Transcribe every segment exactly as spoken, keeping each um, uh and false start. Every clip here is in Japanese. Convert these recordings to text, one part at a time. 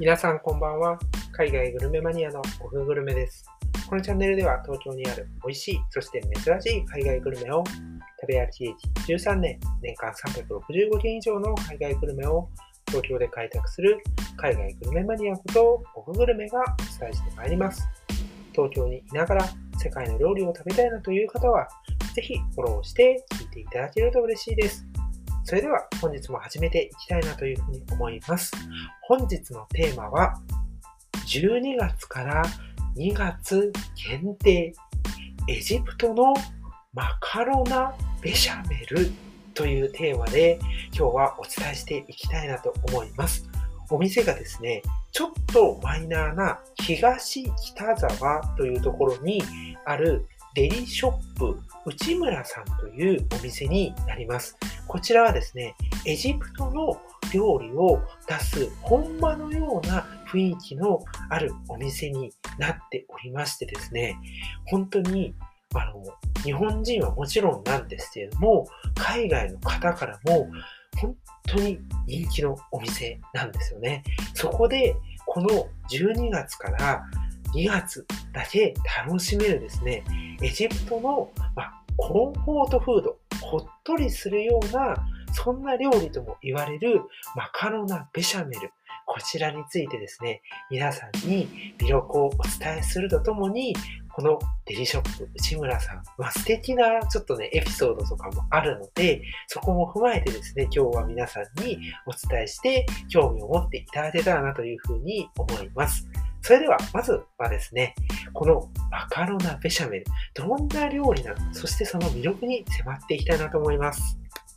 皆さんこんばんは。海外グルメマニアのオフグルメです。このチャンネルでは東京にある美味しい、そして珍しい海外グルメを食べ歩き歴じゅうさんねん、年間さんびゃくろくじゅうごけん以上の海外グルメを東京で開拓する海外グルメマニアことオフグルメがお伝えしてまいります。東京にいながら世界の料理を食べたいなという方は、ぜひフォローして聞いていただけると嬉しいです。それでは本日も始めていきたいなというふうに思います。本日のテーマはじゅうにがつからにがつ限定エジプトのマカロナベシャメルというテーマで今日はお伝えしていきたいなと思います。お店がですね、ちょっとマイナーな東北沢というところにあるデリショップ内村さんというお店になります。こちらはですね、エジプトの料理を出す本場のような雰囲気のあるお店になっておりましてですね、本当にあの日本人はもちろんなんですけれども、海外の方からも本当に人気のお店なんですよね。そこでこのじゅうにがつからにがつだけ楽しめるですね、エジプトの、まあ、コンフォートフード、ほっとりするような、そんな料理とも言われるマカロナベシャメル。こちらについてですね、皆さんに魅力をお伝えするとともに、このデリショップ内村さん、まあ、素敵なちょっとね、エピソードとかもあるので、そこも踏まえてですね、今日は皆さんにお伝えして興味を持っていただけたらなというふうに思います。それでは、まずはですね、このマカロナベシャメル、どんな料理なのか、そしてその魅力に迫っていきたいなと思います。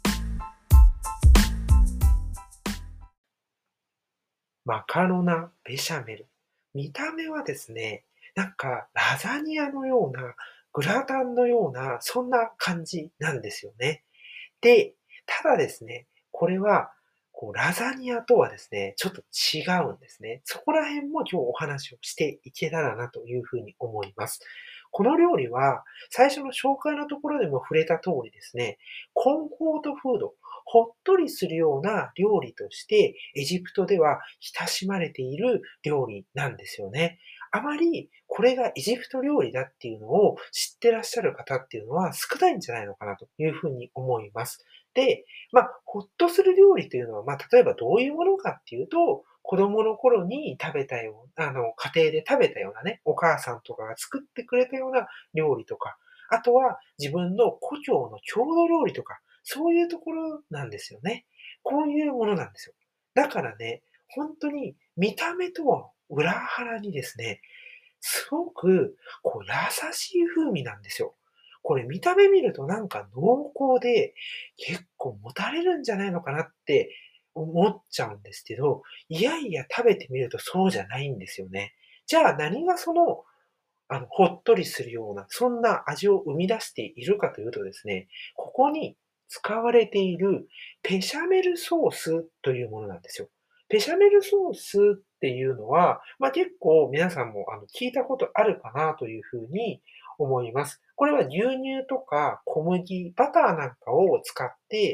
マカロナベシャメル。見た目はですね、なんかラザニアのような、グラタンのような、そんな感じなんですよね。で、ただですね、これは、こう、ラザニアとはですね、ちょっと違うんですね。そこら辺も今日お話をしていけたらなというふうに思います。この料理は、最初の紹介のところでも触れた通りですね、コンフォートフード、ほっとりするような料理として、エジプトでは親しまれている料理なんですよね。あまりこれがエジプト料理だっていうのを知ってらっしゃる方っていうのは少ないんじゃないのかなというふうに思います。で、まあ、ほっとする料理というのは、まあ、例えばどういうものかっていうと、子供の頃に食べたような、あの、家庭で食べたようなね、お母さんとかが作ってくれたような料理とか、あとは自分の故郷の郷土料理とか、そういうところなんですよね。こういうものなんですよ。だからね、本当に見た目とは裏腹にですね、すごくこう優しい風味なんですよ。これ見た目見るとなんか濃厚で、結構もたれるんじゃないのかなって思っちゃうんですけど、いやいや食べてみるとそうじゃないんですよね。じゃあ何がその、あの、ほっとりするような、そんな味を生み出しているかというとですね、ここに使われているベシャメルソースというものなんですよ。ベシャメルソースっていうのは、ま、結構皆さんもあの聞いたことあるかなというふうに思います。これは牛乳とか小麦、バターなんかを使って、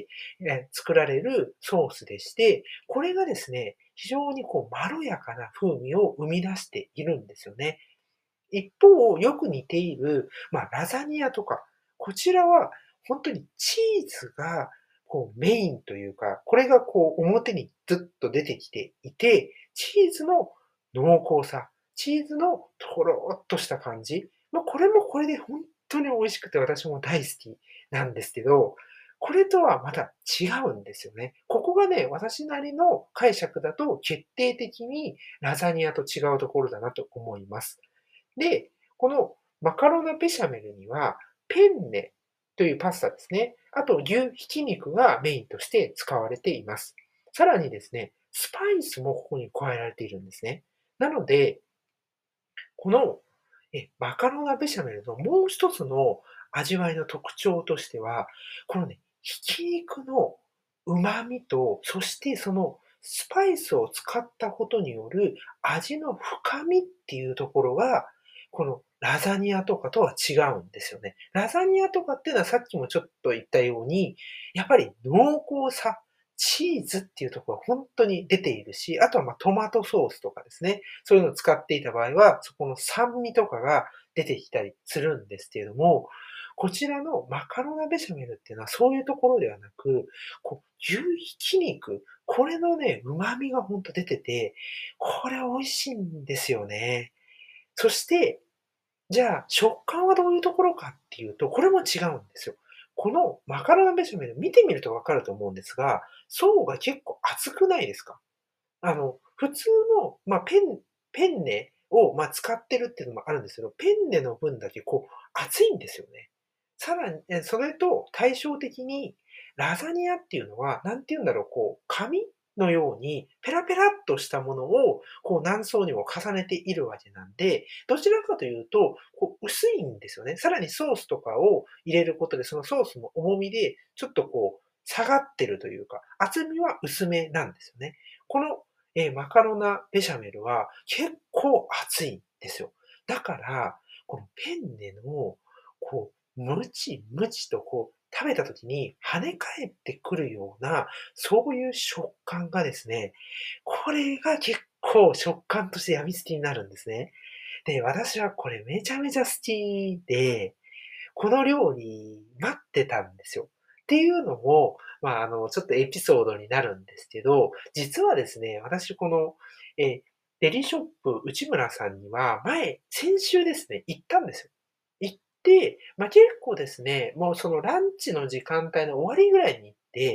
え、作られるソースでして、これがですね、非常にこうまろやかな風味を生み出しているんですよね。一方、よく似ている、まあ、ラザニアとか、こちらはほんとにチーズがこうメインというか、これがこう表にずっと出てきていて、チーズの濃厚さ、チーズのとろっとした感じ、ま、これもこれでほんとに美味しくて私も大好きなんですけど、これとはまた違うんですよね。ここがね、私なりの解釈だと決定的にラザニアと違うところだなと思います。で、このマカロナベシャメルには、ペンネというパスタですね。あと牛ひき肉がメインとして使われています。さらにですね、スパイスもここに加えられているんですね。なので、このえマカロナベシャメルのもう一つの味わいの特徴としては、このね、ひき肉の旨味と、そしてそのスパイスを使ったことによる味の深みっていうところが、このラザニアとかとは違うんですよね。ラザニアとかっていうのはさっきもちょっと言ったように、やっぱり濃厚さ、 チーズっていうところがほんとに出ているし、あとは、ま、トマトソースとかですね、そういうのを使っていた場合は、そこの酸味とかが出てきたりするんですけれども、こちらのマカロナベシャメルっていうのはそういうところではなく、こう、牛ひき肉、これのね、旨味がほんと出てて、これ美味しいんですよね。そして、じゃあ、食感はどういうところかっていうと、これも違うんですよ。このマカロナベシャメル見てみると分かると思うんですが、層が結構厚くないですか？あの、普通の、ま、ペンペンネを、ま、使ってるっていうのもあるんですけど、ペンネの分だけこう厚いんですよね。さらに、え、それと対照的に、ラザニアっていうのは、何て言うんだろう、こう、紙のようにペラペラっとしたものを、こう何層にも重ねているわけなんで、どちらかというと、こう薄いんですよね。さらにソースとかを入れることで、そのソースの重みで、ちょっとこう下がってるというか、厚みは薄めなんですよね。この、え、マカロナベシャメルは結構厚いんですよ。だから、このペンネの、こう、ムチムチとこう食べた時に跳ね返ってくるような、そういう食感がですね、これが結構食感として病みつきになるんですね。で、私はこれめちゃめちゃ好きで、この料理待ってたんですよ。っていうのも、まあ、あの、ちょっとエピソードになるんですけど、実はですね、私この、え、デリショップ内村さんには前、先週ですね、行ったんですよ。行って、ま、結構ですね、もうそのランチの時間帯の終わりぐらいに行って、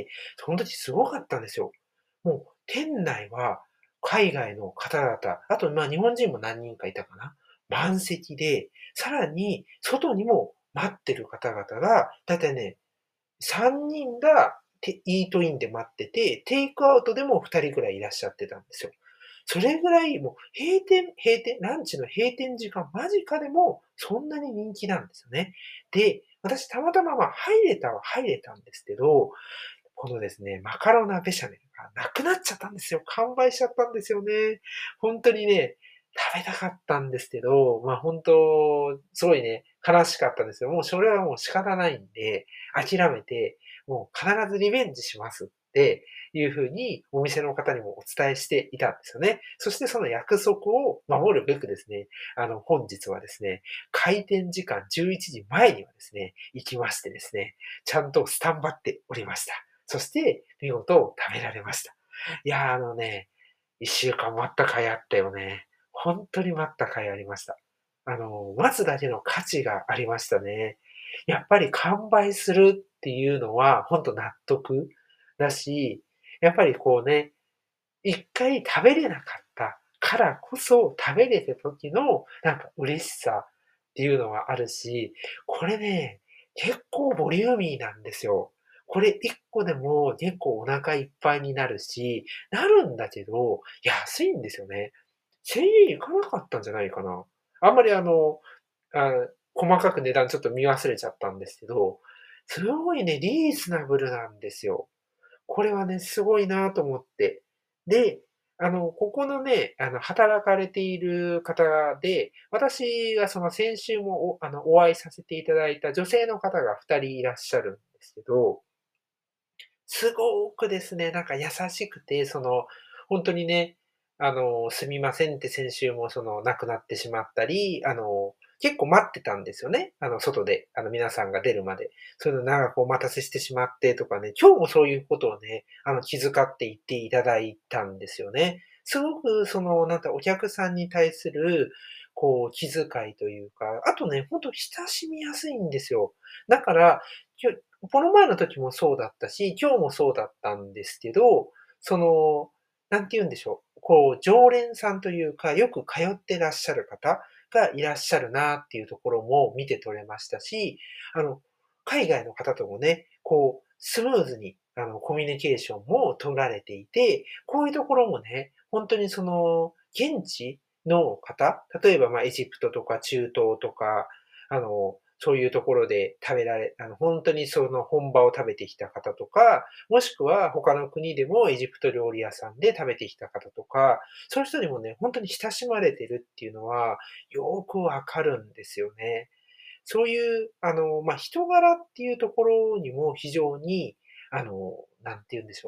その時すごかったんですよ。もう店内は海外の方々、あと、ま、日本人も何人かいたかな、満席で、さらに外にも待ってる方々が、だいたいね、さんにんがてイートインで待ってて、テイクアウトでもふたりぐらいいらっしゃってたんですよ。それぐらいもう閉店閉店ランチの閉店時間間近でもそんなに人気なんですよね。で、私たまたま、ま、入れたは入れたんですけど、このですね、マカロナベシャメルがなくなっちゃったんですよ。完売しちゃったんですよね。ほんとにね、食べたかったんですけど、ま、ほんと、すごいね、悲しかったんですよ。もうそれはもう仕方ないんで、諦めて、もう必ずリベンジしますっていう風にお店の方にもお伝えしていたんですよね。そしてその約束を守るべくですね、あの、本日はですね、開店時間じゅういちじまえにはですね、行きましてですね、ちゃんとスタンバっておりました。そして見事食べられました。いや、あのね、いっしゅうかん待った甲斐あったよね。ほんとに待った甲斐ありました。あの、待つだけの価値がありましたね。やっぱり完売するっていうのはほんと納得だし、やっぱりこうね、いっかい食べれなかったからこそ、食べれた時のなんか嬉しさっていうのがあるし、これね、結構ボリューミーなんですよ。これいっこでも結構お腹いっぱいになるし、なるんだけど、安いんですよね。せんえんいかなかったんじゃないかな。あんまりあの、あ、細かく値段ちょっと見忘れちゃったんですけど、すごいね、リーズナブルなんですよ。これはね、すごいなと思って。で、あの、ここのね、あの、働かれている方で、私がその先週もおあの、お会いさせていただいた女性の方がふたりいらっしゃるんですけど、すごくですね、なんか優しくて、その、ほんとにね、あの、すみませんって先週もその亡くなってしまったり、あの、結構待ってたんですよね。あの、外で、あの、皆さんが出るまで。そういうの長くお待たせしてしまってとかね、今日もそういうことをね、あの、気遣って言っていただいたんですよね。すごくその、なんかお客さんに対する、こう、気遣いというか、あとね、ほんと親しみやすいんですよ。だから、きょこの前の時もそうだったし、今日もそうだったんですけど、その、なんて言うんでしょう、こう、常連さんというか、よく通ってらっしゃる方がいらっしゃるなっていうところも見て取れましたし、あの、海外の方ともね、こう、スムーズに、あの、コミュニケーションも取られていて、こういうところもね、ほんとにその、現地の方、例えば、ま、エジプトとか中東とか、あの、そういうところで食べられあの、ほんとにその本場を食べてきた方とか、もしくは他の国でもエジプト料理屋さんで食べてきた方とか、そういう人にもね、ほんとに親しまれてるっていうのはよくわかるんですよね。そういう、あの、ま、人柄っていうところにも非常に、あの、なんて言うんでしょう。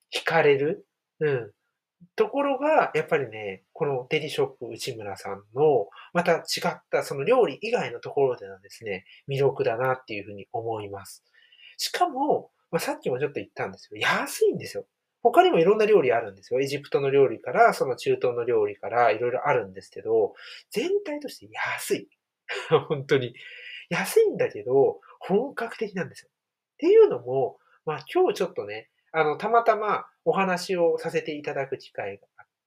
惹かれる、うん、ところが、やっぱりね、このデリショップ内村さんの、また違ったその料理以外のところでのですね、魅力だなっていうふうに思います。しかも、まあ、さっきもちょっと言ったんですけど、安いんですよ。他にもいろんな料理あるんですよ。エジプトの料理から、その中東の料理からいろいろあるんですけど、全体として安い。本当に。安いんだけど、本格的なんですよ。っていうのも、まあ、今日ちょっとね、あの、たまたまお話をさせていただく機会があって、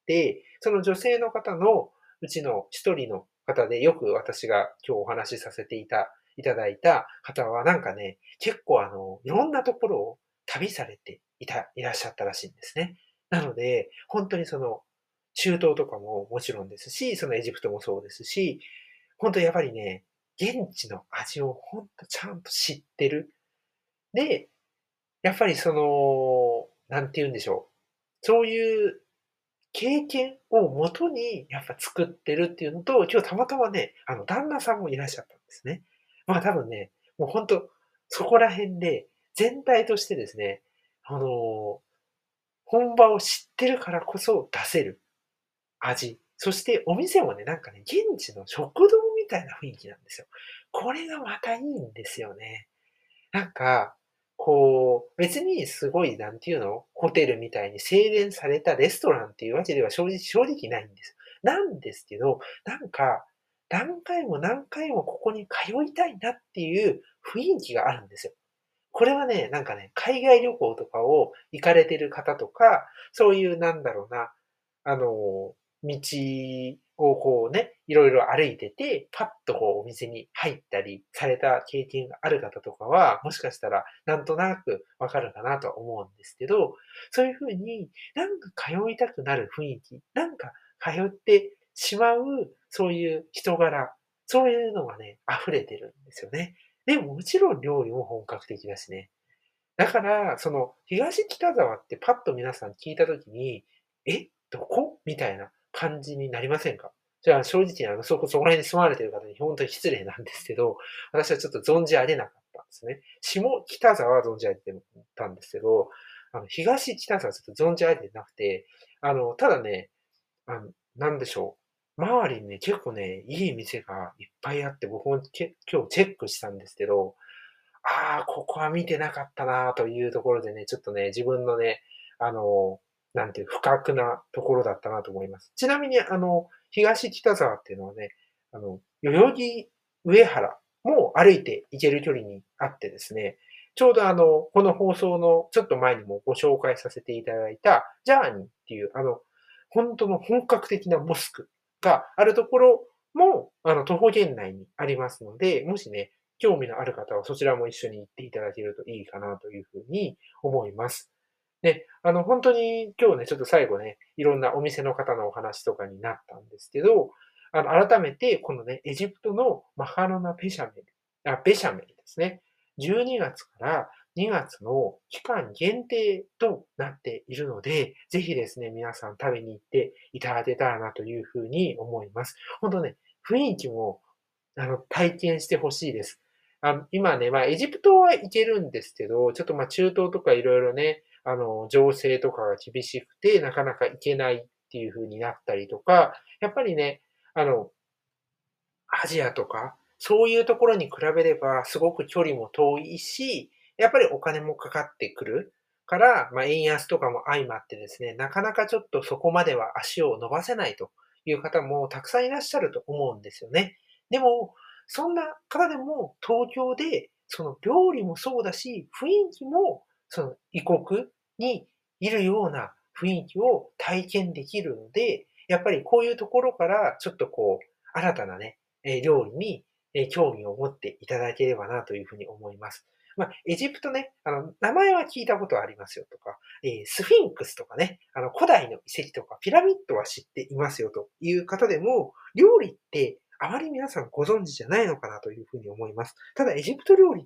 その女性の方のうちの一人の方で、よく私が今日お話しさせていたいただいた方は、なんかね、結構あの、いろんなところを旅されていたいらっしゃったらしいんですね。なので、ほんとにその、中東とかももちろんですし、そのエジプトもそうですし、ほんとやっぱりね、現地の味をほんとちゃんと知ってる。で、やっぱりその、なんて言うんでしょう、そういう経験をもとにやっぱ作ってるっていうのと、今日たまたまね、あの、旦那さんもいらっしゃったんですね。まあ、多分ね、もうほんと、そこら辺で、全体としてですね、あの、本場を知ってるからこそ出せる味、そしてお店もね、なんかね、現地の食堂みたいな雰囲気なんですよ。これがまたいいんですよね。なんか、こう、別にすごい、なんていうの、ホテルみたいに洗練されたレストランっていうわけでは正直正直ないんです。なんですけど、なんか、何回も何回もここに通いたいなっていう雰囲気があるんですよ。これはね、なんかね、海外旅行とかを行かれてる方とか、そういうなんだろうな、あの、道をこうね、いろいろ歩いてて、パッとこうお店に入ったりされた経験がある方とかは、もしかしたらなんとなくわかるかなとは思うんですけど、そういう風になんか通いたくなる雰囲気、なんか通ってしまう、そういう人柄、そういうのがね、溢れてるんですよね。でももちろん料理も本格的だしね。だから、その、東北沢ってパッと皆さん聞いたときに、え、どこ？みたいな感じになりませんか？じゃあ正直あの、そこそこら辺に住まわれている方にほんとに失礼なんですけど、私はちょっと存じ上げなかったんですね。下北沢は存じ上げてたんですけど、あの、東北沢ちょっと存じ上げてなくて、あの、ただね、あの、なんでしょう、周りにね、結構ね、いい店がいっぱいあって、僕もけ今日チェックしたんですけど、ああ、ここは見てなかったなというところでね、ちょっとね、自分のね、あの、なんていう、不覚なところだったなと思います。ちなみにあの、東北沢っていうのはね、あの、代々木上原も歩いて行ける距離にあってですね、ちょうどあの、この放送のちょっと前にもご紹介させていただいた、ジャーニーっていうあの、ほんとの本格的なモスクがあるところも、あの、徒歩圏内にありますので、もしね、興味のある方はそちらも一緒に行っていただけるといいかなというふうに思います。で、あの、本当に今日ね、ちょっと最後ね、いろんなお店の方のお話とかになったんですけど、あの、改めてこのね、エジプトのマカロナベシャメルあ、ベシャメルですね。じゅうにがつからにがつの期間限定となっているので、ぜひですね、皆さん食べに行っていただけたらなというふうに思います。本当ね、雰囲気もあの、体験して欲しいです。あ今ね、まあ、エジプトは行けるんですけど、ちょっと、ま、中東とかいろいろね、あの、情勢とかが厳しくて、なかなか行けないっていう風になったりとか、やっぱりね、あの、アジアとか、そういうところに比べればすごく距離も遠いし、やっぱりお金もかかってくるから、まあ、円安とかも相まってですね、なかなかちょっとそこまでは足を伸ばせないという方もたくさんいらっしゃると思うんですよね。でも、そんな方でも東京で、その料理もそうだし、雰囲気もその異国にいるような雰囲気を体験できるので、やっぱりこういうところからちょっとこう、新たなね、え、料理に、え、興味を持っていただければなというふうに思います。まあ、エジプトね、あの、名前は聞いたことありますよとか、え、スフィンクスとかね、あの、古代の遺跡とかピラミッドは知っていますよという方でも、料理ってあまり皆さんご存知じゃないのかなというふうに思います。ただエジプト料理って、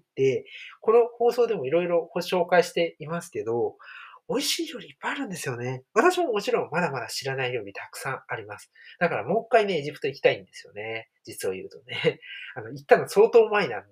この放送でもいろいろご紹介していますけど、美味しい料理いっぱいあるんですよね。私ももちろんまだまだ知らない料理たくさんあります。だからもう一回ね、エジプト行きたいんですよね。実を言うとね。あの、行ったの相当前なんで、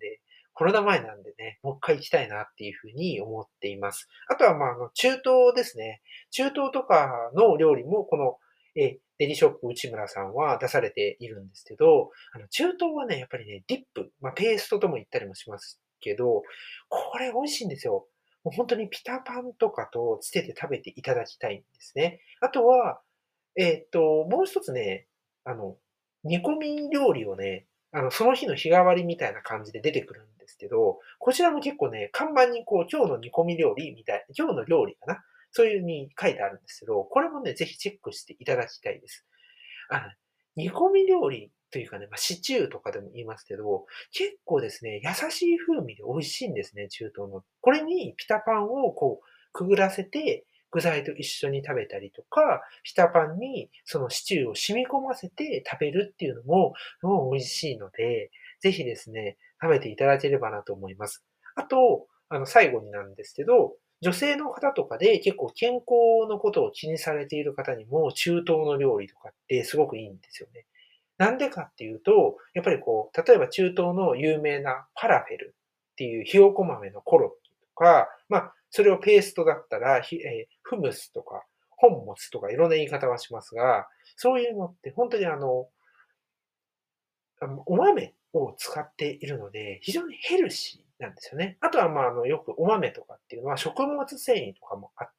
コロナ前なんでね、もう一回行きたいなっていうふうに思っています。あとは、まあ、あの、中東ですね。中東とかの料理も、この、え、デリショップ内村さんは出されているんですけど、あの、中東はね、やっぱりね、ディップ、まあ、ペーストとも言ったりもしますけど、これ美味しいんですよ。もう本当にピタパンとかとつけて食べていただきたいんですね。あとは、えっと、もう一つね、あの、煮込み料理をね、あの、その日の日替わりみたいな感じで出てくるんですけど、こちらも結構ね、看板にこう、今日の煮込み料理みたい今日の料理かな、そういうに書いてあるんですけど、これもね、ぜひチェックしていただきたいです。あの、煮込み料理というかね、ま、シチューとかでも言いますけど、結構ですね、優しい風味で美味しいんですね、中東の。これにピタパンをこうくぐらせて、具材と一緒に食べたりとか、ピタパンにそのシチューを染み込ませて食べるっていうのも、もう美味しいので、ぜひですね、食べていただければなと思います。あと、あの、最後になんですけど、女性の方とかで結構健康のことを気にされている方にも、中東の料理とかってすごくいいんですよね。なんでかっていうと、やっぱりこう、例えば中東の有名なファラフェルっていうひよこ豆のコロッケとか、まあ、それをペーストだったら、ひえーフムスとか、ホンモスとかいろんな言い方はしますが、そういうのって本当にあの、あの、お豆を使っているので、非常にヘルシーなんですよね。あとは、まあ、あの、よくお豆とかっていうのは食物繊維とかもあって、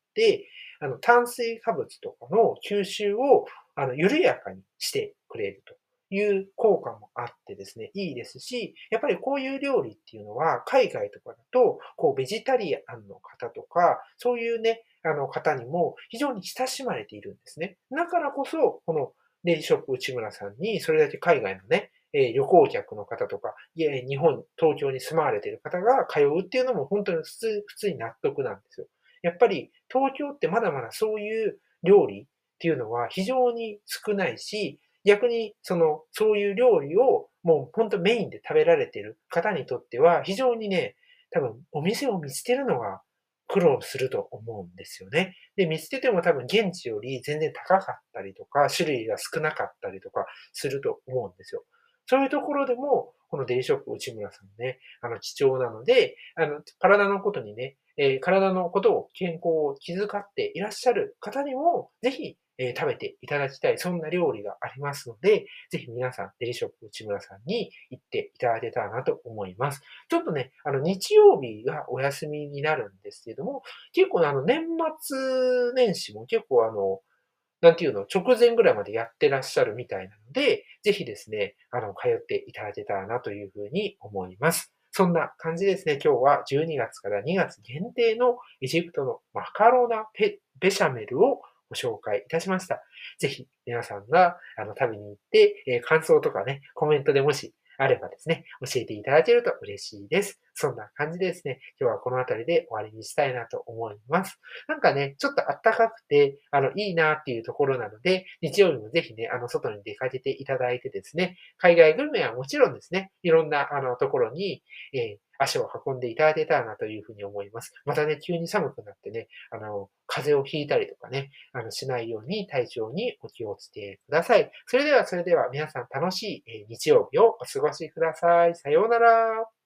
あの、炭水化物とかの吸収を、あの、緩やかにしてくれるという効果もあってですね、いいですし、やっぱりこういう料理っていうのは、海外とかだと、こう、ベジタリアンの方とか、そういうね、あの、方にも非常に親しまれているんですね。だからこそ、このデリショップ内村さんに、それだけ海外のね、えー旅行客の方とか、いえ、日本、東京に住まわれている方が通うっていうのも本当に普通普通に納得なんですよ。やっぱり東京ってまだまだそういう料理っていうのは非常に少ないし、逆にその、そういう料理をもう本当メインで食べられている方にとっては、非常にね、多分お店を見つけるのが苦労すると思うんですよね。で、見つけても多分現地より全然高かったりとか、種類が少なかったりとかすると思うんですよ。そういうところでも、このデリショップ内村さんね、あの、貴重なので、あの、体のことにね、えー体のことを、健康を気遣っていらっしゃる方にも、ぜひ、えー食べていただきたい、そんな料理がありますので、ぜひ皆さん、デリショップ内村さんに行っていただけたらなと思います。ちょっとね、あの、日曜日がお休みになるんですけれども、結構ね、あの、年末年始も結構あの、なんていうの、直前ぐらいまでやってらっしゃるみたいなので、ぜひですね、あの、通っていただけたらなというふうに思います。そんな感じですね、今日はじゅうにがつからにがつ限定のエジプトのマカロナペベシャメルをご紹介いたしました。ぜひ皆さんがあの旅に行って、えー感想とかね、コメントでもしあればですね、教えていただけると嬉しいです。そんな感じでですね、今日はこの辺りで終わりにしたいなと思います。なんかね、ちょっとあったかくて、あの、いいなっていうところなので、日曜日もぜひね、あの、外に出かけていただいてですね、海外グルメはもちろんですね、いろんな、あの、ところに、えー足を運んでいただけたらなというふうに思います。またね、急に寒くなってね、あの、風邪をひいたりとかね、あの、しないように体調にお気をつけください。それでは、それでは皆さん楽しい、えー日曜日をお過ごしください。さようなら。